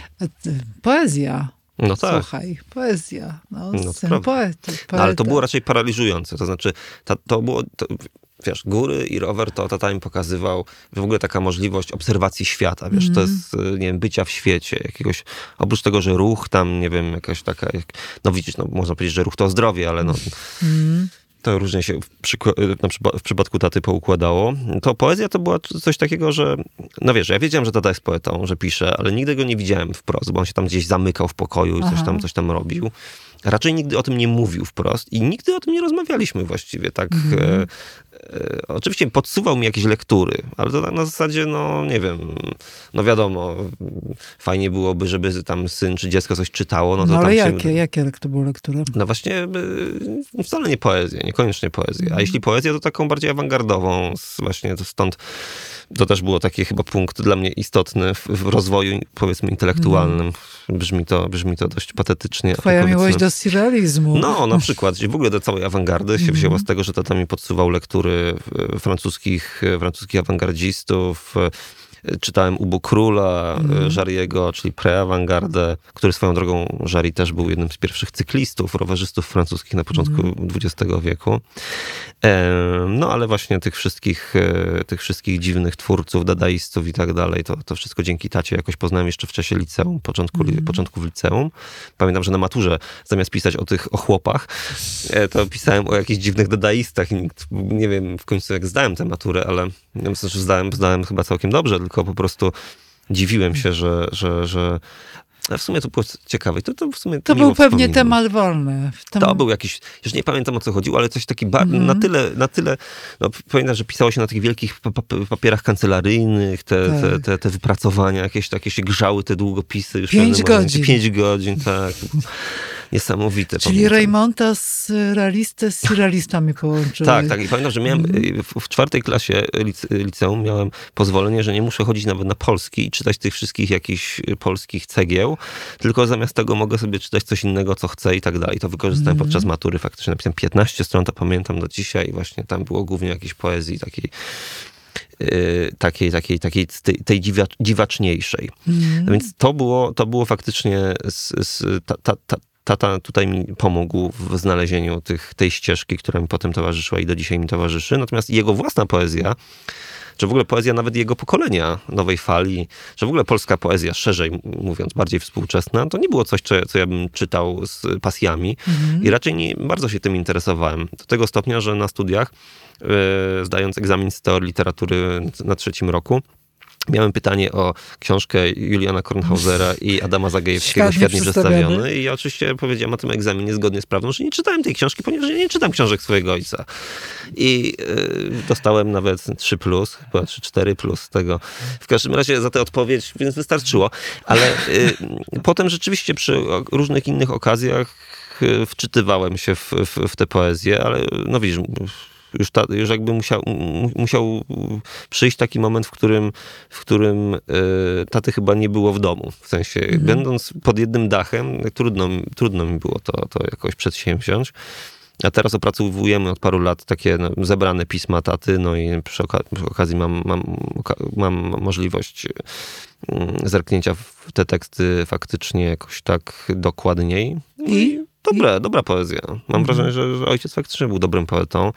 poezja. No tak. Słuchaj, poezja. No, no syn poety, no, ale to było raczej paraliżujące. To znaczy, ta, to było... To... Wiesz, góry i rower, to tata mi pokazywał, że w ogóle taka możliwość obserwacji świata, wiesz, mm. to jest, nie wiem, bycia w świecie, jakiegoś, oprócz tego, że ruch tam, nie wiem, jakaś taka, no widzisz, no można powiedzieć, że ruch to zdrowie, ale no, mm. to różnie się w, przyk- na przypa- w przypadku taty poukładało. To poezja to była coś takiego, że, no wiesz, ja wiedziałem, że tata jest poetą, że pisze, ale nigdy go nie widziałem wprost, bo on się tam gdzieś zamykał w pokoju i coś tam, coś tam robił. Raczej nigdy o tym nie mówił wprost i nigdy o tym nie rozmawialiśmy właściwie, tak. Mm. E, e, oczywiście podsuwał mi jakieś lektury, ale to na zasadzie, no nie wiem, no wiadomo, fajnie byłoby, żeby tam syn czy dziecko coś czytało. No, to no ale tam jakie, się... jakie to były lektury? No właśnie, y, wcale nie poezję, niekoniecznie poezję, mm. a jeśli poezję, to taką bardziej awangardową, właśnie to stąd to też było taki chyba punkt dla mnie istotny w, w rozwoju, powiedzmy, intelektualnym. Mm. Brzmi to, brzmi to dość patetycznie. Twoja miłość do surrealizmu. No, na przykład. W ogóle do całej awangardy się wzięło z tego, że tata mi podsuwał lektury francuskich, francuskich awangardzistów, czytałem Ubo Króla, Mhm. Jariego, czyli pre-awangardę, który swoją drogą, Jari też był jednym z pierwszych cyklistów, rowerzystów francuskich na początku Mhm. dwudziestego wieku. E, No ale właśnie tych wszystkich, e, tych wszystkich dziwnych twórców, dadaistów i tak dalej, to, to wszystko dzięki tacie jakoś poznałem jeszcze w czasie liceum, początku, Mhm. początku w liceum. Pamiętam, że na maturze zamiast pisać o tych, o chłopach, e, to pisałem o jakichś dziwnych dadaistach i nikt, nie wiem w końcu jak zdałem tę maturę, ale ja myślę, że zdałem, zdałem chyba całkiem dobrze, tylko po prostu dziwiłem się, że, że, że a w sumie to było ciekawe. To, to, w sumie To miło był pewnie wspominam. temat wolny. Tam... To był jakiś, już nie pamiętam o co chodziło, ale coś taki ba- Mhm. na tyle, na tyle, no pamiętam, że pisało się na tych wielkich pa- pa- papierach kancelaryjnych, te, Tak. te, te, te wypracowania, jakieś takie się grzały, te długopisy. Już w Pięć pewnym momencie. godzin. Pięć godzin, tak. Niesamowite. Czyli pamiętam. Raymonta z realistę z surrealistami połączyłeś. Tak, tak. I pamiętam, że miałem Mhm. w, w czwartej klasie lice, liceum miałem pozwolenie, że nie muszę chodzić nawet na polski i czytać tych wszystkich jakichś polskich cegieł, tylko zamiast tego mogę sobie czytać coś innego, co chcę i tak dalej. To wykorzystałem Mhm. podczas matury. Faktycznie napisałem piętnaście stron, to pamiętam do dzisiaj i właśnie tam było głównie jakiejś poezji takiej, yy, takiej, takiej, takiej tej, tej dziwacz, dziwaczniejszej. Mhm. No więc to było, to było faktycznie z, z, ta, ta, ta, tata tutaj mi pomógł w znalezieniu tych, tej ścieżki, która mi potem towarzyszyła i do dzisiaj mi towarzyszy. Natomiast jego własna poezja, czy w ogóle poezja nawet jego pokolenia, nowej fali, że w ogóle polska poezja, szerzej mówiąc, bardziej współczesna, to nie było coś, co, co ja bym czytał z pasjami Mhm. i raczej nie bardzo się tym interesowałem. Do tego stopnia, że na studiach, yy, zdając egzamin z teorii literatury na trzecim roku, miałem pytanie o książkę Juliana Kornhausera i Adama Zagajewskiego, Świat Świat nieprzestawiony. nieprzestawiony. I ja oczywiście powiedziałem na tym egzaminie zgodnie z prawdą, że nie czytałem tej książki, ponieważ ja nie czytam książek swojego ojca. I yy, dostałem nawet trzy plus, chyba trzy cztery plus z tego. W każdym razie za tę odpowiedź, więc wystarczyło. Ale yy, potem rzeczywiście przy różnych innych okazjach yy, wczytywałem się w, w, w tę poezję, ale no widzisz, Już, ta, już jakby musiał, musiał przyjść taki moment, w którym, w którym y, taty chyba nie było w domu. W sensie, Mhm. będąc pod jednym dachem, trudno, trudno mi było to, to jakoś przedsięwziąć. A teraz opracowujemy od paru lat takie no, zebrane pisma taty, no i przy, oka- przy okazji mam, mam, mam możliwość mm, zerknięcia w te teksty faktycznie jakoś tak dokładniej. No I? i dobra, dobra poezja. Mam Mhm. wrażenie, że, że ojciec faktycznie był dobrym poetą.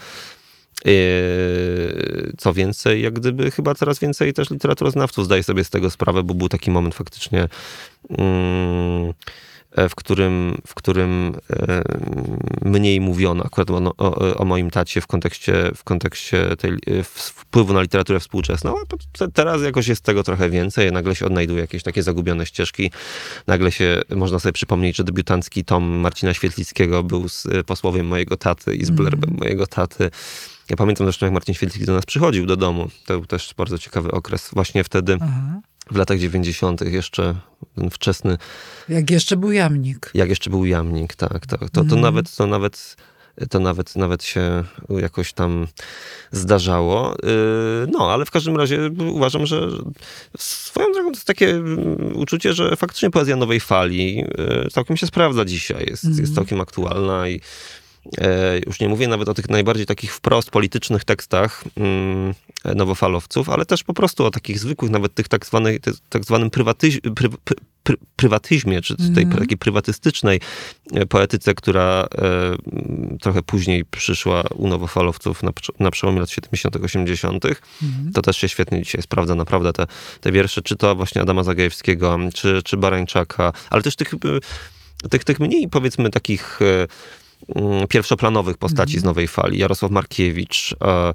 Yy, Co więcej, jak gdyby chyba coraz więcej też literaturoznawców zdaje sobie z tego sprawę, bo był taki moment faktycznie, mm, w którym, w którym e, mniej mówiono akurat o, o, o moim tacie w kontekście, w kontekście tej, wpływu na literaturę współczesną. A teraz jakoś jest tego trochę więcej. Nagle się odnajduje jakieś takie zagubione ścieżki. Nagle się, można sobie przypomnieć, że debiutancki tom Marcina Świetlickiego był z posłowiem mojego taty i z blurbem mm. mojego taty. Ja pamiętam zresztą, jak Marcin Świetlicki do nas przychodził do domu. To był też bardzo ciekawy okres. Właśnie wtedy, Aha. w latach dziewięćdziesiątych jeszcze ten wczesny... Jak jeszcze był jamnik. Jak jeszcze był jamnik, tak. tak. To, to, Mm. nawet, to, nawet, to nawet, nawet się jakoś tam zdarzało. No, ale w każdym razie uważam, że swoją drogą to jest takie uczucie, że faktycznie poezja nowej fali całkiem się sprawdza dzisiaj. Jest, mm. jest całkiem aktualna i już nie mówię nawet o tych najbardziej takich wprost politycznych tekstach mm, nowofalowców, ale też po prostu o takich zwykłych, nawet tych tak, zwanych, tak zwanym prywatyz, pry, pry, pry, prywatyzmie, czy tej mm. takiej prywatystycznej poetyce, która e, trochę później przyszła u nowofalowców na, na przełomie lat siedemdziesiątych, osiemdziesiątych. Mm. To też się świetnie dzisiaj sprawdza, naprawdę te, te wiersze, czy to właśnie Adama Zagajewskiego, czy, czy Barańczaka, ale też tych, tych, tych mniej, powiedzmy, takich pierwszoplanowych postaci mm. z nowej fali. Jarosław Markiewicz, a,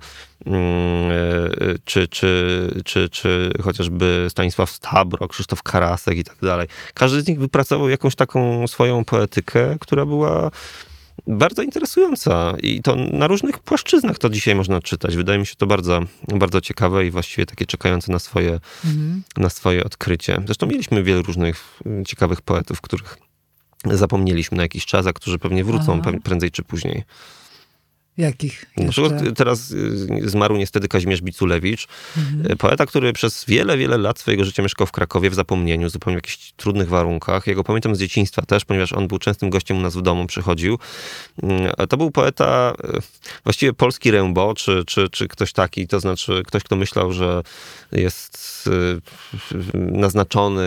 czy, czy, czy, czy chociażby Stanisław Stabro, Krzysztof Karasek i tak dalej. Każdy z nich wypracował jakąś taką swoją poetykę, która była bardzo interesująca i to na różnych płaszczyznach to dzisiaj można czytać. Wydaje mi się to bardzo, bardzo ciekawe i właściwie takie czekające na swoje, mm. na swoje odkrycie. Zresztą mieliśmy wielu różnych ciekawych poetów, których zapomnieliśmy na jakiś czas, a którzy pewnie wrócą Aha. prędzej czy później. Jakich Na jeszcze? przykład teraz zmarł niestety Kazimierz Biculewicz, mhm. poeta, który przez wiele, wiele lat swojego życia mieszkał w Krakowie w zapomnieniu, zupełnie w jakichś trudnych warunkach. Ja go pamiętam z dzieciństwa też, ponieważ on był częstym gościem u nas w domu, przychodził. To był poeta, właściwie polski Rimbaud, czy, czy, czy ktoś taki, to znaczy ktoś, kto myślał, że jest naznaczony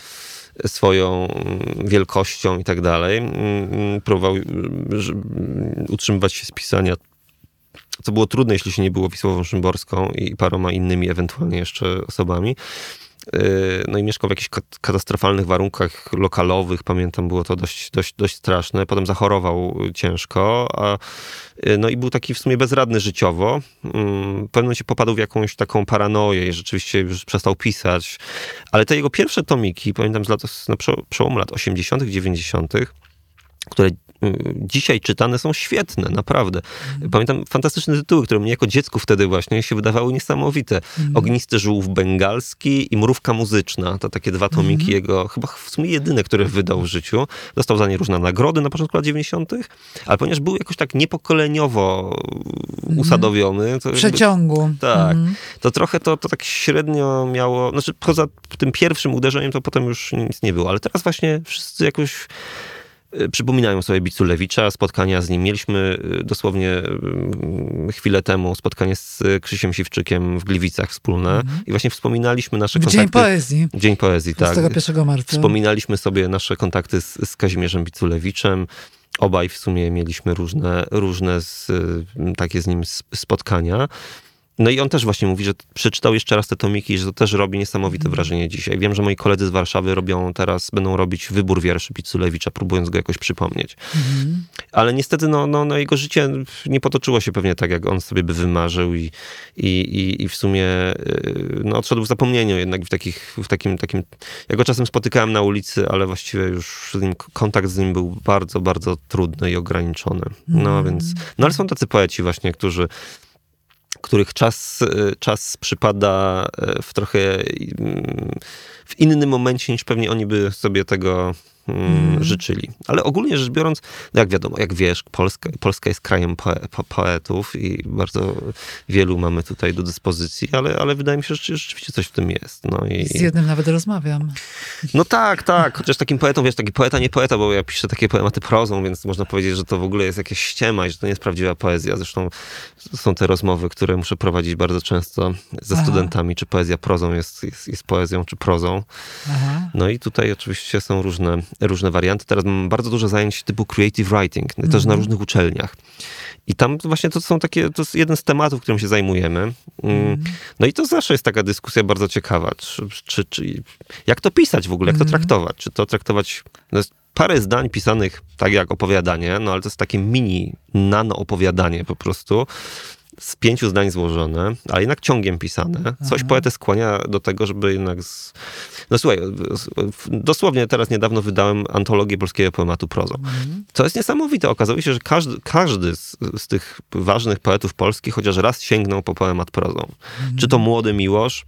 swoją wielkością i tak dalej. Próbował utrzymywać się z pisania, co było trudne, jeśli się nie było Wisławą Szymborską i paroma innymi ewentualnie jeszcze osobami. No i mieszkał w jakichś katastrofalnych warunkach lokalowych, pamiętam, było to dość, dość, dość straszne. Potem zachorował ciężko, a, no i był taki w sumie bezradny życiowo. W pewnym momencie popadł w jakąś taką paranoję i rzeczywiście już przestał pisać. Ale te jego pierwsze tomiki, pamiętam z lat, na przełomu lat osiemdziesiątych, dziewięćdziesiątych, które dzisiaj czytane są świetne, naprawdę. Mm. Pamiętam fantastyczne tytuły, które mnie jako dziecku wtedy właśnie się wydawały niesamowite. Mm. Ognisty żółw bengalski i Mrówka muzyczna. To takie dwa tomiki mm. jego, chyba w sumie jedyne, które wydał w życiu. Dostał za nie różne nagrody na początku lat dziewięćdziesiątych, ale ponieważ był jakoś tak niepokoleniowo mm. usadowiony. To w przeciągu. Jakby, tak. Mm. To trochę to, to tak średnio miało, znaczy poza tym pierwszym uderzeniem to potem już nic nie było, ale teraz właśnie wszyscy jakoś przypominają sobie Biculewicza, spotkania z nim. Mieliśmy dosłownie chwilę temu spotkanie z Krzysiem Siwczykiem w Gliwicach wspólne mm. i właśnie wspominaliśmy nasze w kontakty. Dzień Poezji. W Dzień Poezji, tak. dwudziestego pierwszego marca. Wspominaliśmy sobie nasze kontakty z, z Kazimierzem Biculewiczem. Obaj w sumie mieliśmy różne, różne z, takie z nim spotkania. No i on też właśnie mówi, że przeczytał jeszcze raz te tomiki, że to też robi niesamowite mm. wrażenie dzisiaj. Wiem, że moi koledzy z Warszawy robią teraz, będą robić wybór wierszy Biculewicza, próbując go jakoś przypomnieć. Mm. Ale niestety no, no, no jego życie nie potoczyło się pewnie tak, jak on sobie by wymarzył i, i, i, i w sumie no, odszedł w zapomnieniu jednak w, takich, w takim, takim... Ja go czasem spotykałem na ulicy, ale właściwie już z nim, kontakt z nim był bardzo, bardzo trudny i ograniczony. No mm. więc... No ale są tacy poeci właśnie, którzy których czas, czas przypada w trochę w innym momencie niż pewnie oni by sobie tego mm. życzyli. Ale ogólnie rzecz biorąc, no jak wiadomo, jak wiesz, Polska, Polska jest krajem poe, po, poetów i bardzo wielu mamy tutaj do dyspozycji, ale, ale wydaje mi się, że rzeczywiście coś w tym jest. No i... Z jednym nawet rozmawiam. No tak, tak. Chociaż takim poetą, wiesz, taki poeta, nie poeta, bo ja piszę takie poematy prozą, więc można powiedzieć, że to w ogóle jest jakieś ściema i że to nie jest prawdziwa poezja. Zresztą są te rozmowy, które muszę prowadzić bardzo często ze Aha. studentami, czy poezja prozą jest, jest, jest poezją, czy prozą. Aha. No i tutaj oczywiście są różne różne warianty. Teraz mam bardzo dużo zajęć typu creative writing, mm. też na różnych uczelniach. I tam właśnie to są takie, to jest jeden z tematów, którym się zajmujemy. Mm. No i to zawsze jest taka dyskusja bardzo ciekawa. Czy, czy, czy, jak to pisać w ogóle? Jak to traktować? Czy to traktować... No jest parę zdań pisanych tak jak opowiadanie, no ale to jest takie mini, nano opowiadanie po prostu. Z pięciu zdań złożone, ale jednak ciągiem pisane. Coś Aha. poetę skłania do tego, żeby jednak... Z... No słuchaj, dosłownie teraz niedawno wydałem antologię polskiego poematu prozą. Mhm. Co jest niesamowite. Okazało się, że każdy, każdy z, z tych ważnych poetów polskich chociaż raz sięgnął po poemat prozą. Mhm. Czy to Młody Miłosz,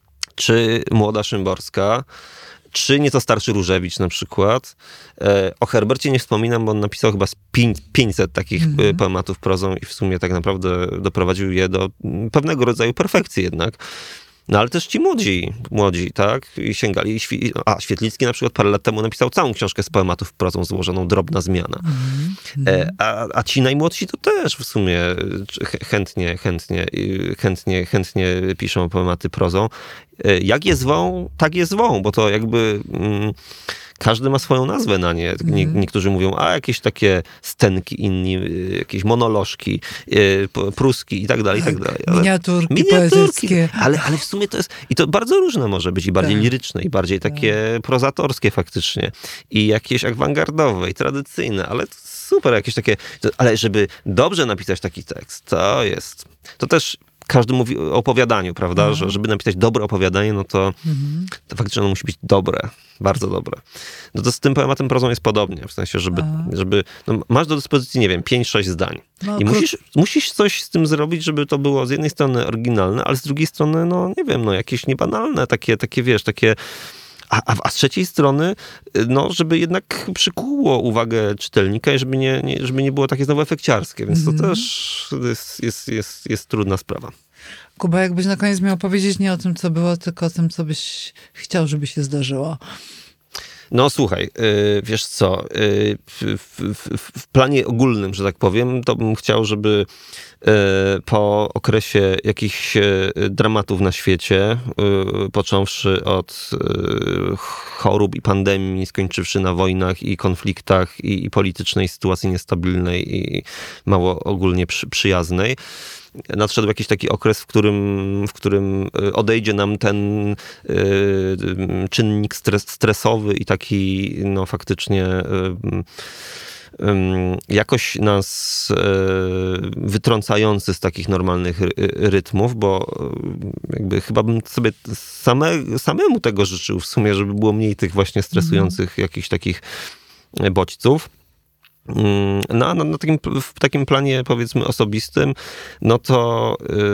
czy Młoda Szymborska, czy nieco starszy Różewicz na przykład. O Herbercie nie wspominam, bo on napisał chyba z pięćset takich mm-hmm. poematów prozą i w sumie tak naprawdę doprowadził je do pewnego rodzaju perfekcji jednak. No ale też ci młodzi, młodzi, tak? I sięgali. A Świetlicki na przykład parę lat temu napisał całą książkę z poematów prozą złożoną, Drobna zmiana. Mm-hmm. A, a ci najmłodsi to też w sumie chętnie, chętnie, chętnie, chętnie piszą poematy prozą. Jak je zwą, tak je zwą, bo to jakby... Mm, każdy ma swoją nazwę na nie. Nie, niektórzy mówią, a jakieś takie stenki, inni, jakieś monolożki, pruski i tak dalej, i tak dalej. Ale miniaturki, miniaturki poetyckie. Ale, ale w sumie to jest, i to bardzo różne może być, i bardziej tak. liryczne, i bardziej takie tak. prozatorskie faktycznie, i jakieś awangardowe, i tradycyjne, ale super, jakieś takie, ale żeby dobrze napisać taki tekst, to jest, to też każdy mówi o opowiadaniu, prawda? Mhm. Że żeby napisać dobre opowiadanie, no to, mhm. to faktycznie ono musi być dobre. Bardzo dobre. No to z tym poematem prozą jest podobnie. W sensie, żeby... żeby no masz do dyspozycji, nie wiem, pięć sześć zdań. No, I musisz, musisz coś z tym zrobić, żeby to było z jednej strony oryginalne, ale z drugiej strony, no nie wiem, no jakieś niebanalne, takie, takie wiesz, takie a, a, a z trzeciej strony, no, żeby jednak przykuło uwagę czytelnika i żeby nie, nie, żeby nie było takie znowu efekciarskie, więc to mm. też jest, jest, jest, jest trudna sprawa. Kuba, jakbyś na koniec miał powiedzieć nie o tym, co było, tylko o tym, co byś chciał, żeby się zdarzyło. No słuchaj, yy, wiesz co, yy, w, w, w planie ogólnym, że tak powiem, to bym chciał, żeby yy, po okresie jakichś yy, dramatów na świecie, yy, począwszy od yy, chorób i pandemii, skończywszy na wojnach i konfliktach i, i politycznej sytuacji niestabilnej i mało ogólnie przy, przyjaznej, nadszedł jakiś taki okres, w którym, w którym odejdzie nam ten y, czynnik stres, stresowy i taki no faktycznie y, y, jakoś nas y, wytrącający z takich normalnych ry, rytmów, bo jakby chyba bym sobie same, samemu tego życzył w sumie, żeby było mniej tych właśnie stresujących mm. jakichś takich bodźców. No, no, na takim, w takim planie, powiedzmy, osobistym, no to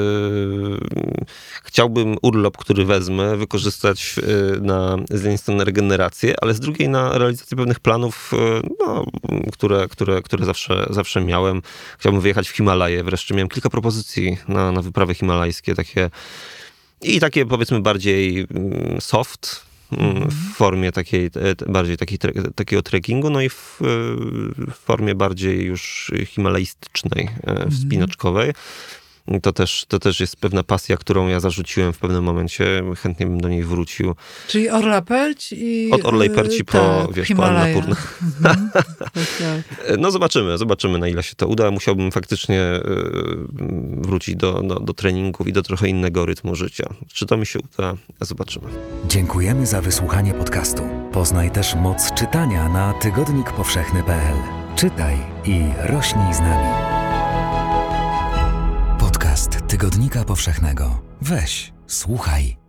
yy, chciałbym urlop, który wezmę, wykorzystać yy, na, z jednej strony regenerację, ale z drugiej na realizację pewnych planów, yy, no, które, które, które zawsze, zawsze miałem. Chciałbym wyjechać w Himalaje. Wreszcie miałem kilka propozycji na, na wyprawy himalajskie, takie i takie, powiedzmy, bardziej soft, w formie takiej, bardziej takiej, takiego trekkingu, no i w, w formie bardziej już himalaistycznej, wspinaczkowej. To też, to też jest pewna pasja, którą ja zarzuciłem w pewnym momencie. Chętnie bym do niej wrócił. Czyli Orla Perć i... Od Orlej Perci po, tak, wiesz, po Annapurnę. Mhm. No zobaczymy, zobaczymy na ile się to uda. Musiałbym faktycznie wrócić do, do, do treningów i do trochę innego rytmu życia. Czy to mi się uda? Zobaczymy. Dziękujemy za wysłuchanie podcastu. Poznaj też moc czytania na tygodnik powszechny kropka p l. Czytaj i rośnij z nami. Podcast Tygodnika Powszechnego. Weź, słuchaj.